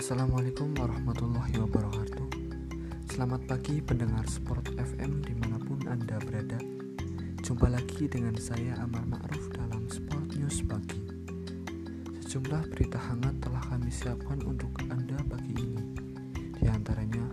Assalamualaikum warahmatullahi wabarakatuh. Selamat pagi pendengar Sport FM dimanapun Anda berada. Jumpa lagi dengan saya Amar Ma'ruf dalam Sport News Pagi. Sejumlah berita hangat telah kami siapkan untuk Anda pagi ini. Di antaranya,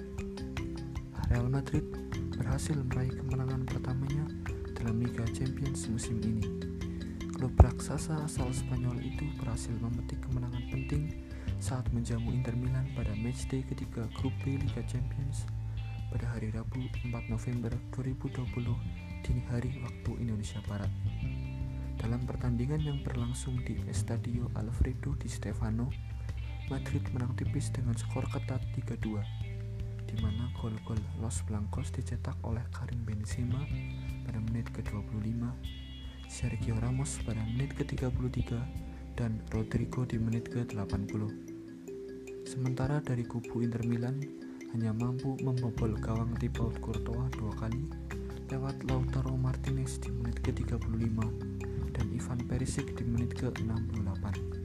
Real Madrid berhasil meraih kemenangan pertamanya dalam Liga Champions musim ini. Klub raksasa asal Spanyol itu berhasil memetik kemenangan penting saat menjamu Inter Milan pada matchday ketiga grup B Liga Champions pada hari Rabu 4 November 2020 dini hari waktu Indonesia Barat. Dalam pertandingan yang berlangsung di Estadio Alfredo Di Stéfano, Madrid menang tipis dengan skor ketat 3-2, di mana gol-gol Los Blancos dicetak oleh Karim Benzema pada menit ke-25, Sergio Ramos pada menit ke-33, dan Rodrigo di menit ke-80. Sementara dari kubu Inter Milan hanya mampu membobol gawang Thibaut Courtois 2 kali lewat Lautaro Martinez di menit ke-35 dan Ivan Perisic di menit ke-68.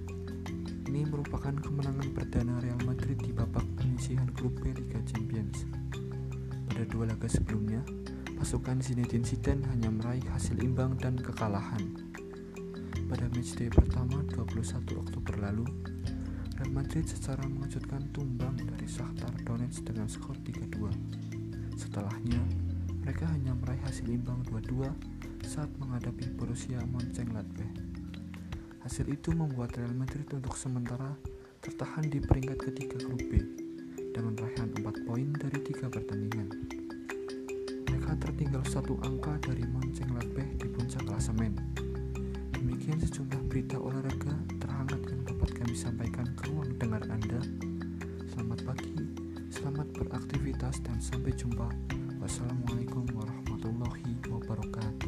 Ini merupakan kemenangan perdana Real Madrid di babak penyisihan grup B Liga Champions. Pada dua laga sebelumnya, pasukan Zinedine Zidane hanya meraih hasil imbang dan kekalahan. Pada matchday pertama 21 Oktober lalu, Real Madrid secara mengejutkan tumbang dari Shakhtar Donetsk dengan skor 3-2. Setelahnya, mereka hanya meraih hasil imbang 2-2 saat menghadapi Borussia Mönchengladbach. Hasil itu membuat Real Madrid untuk sementara tertahan di peringkat ketiga grup B dengan raihan 4 poin dari 3 pertandingan. Mereka tertinggal 1 angka dari Mönchengladbach di puncak klasemen. Demikian sejumlah berita olahraga terhangat yang dapat kami sampaikan ke ruang dengar Anda. Selamat pagi, selamat beraktivitas, dan sampai jumpa. Wassalamualaikum warahmatullahi wabarakatuh.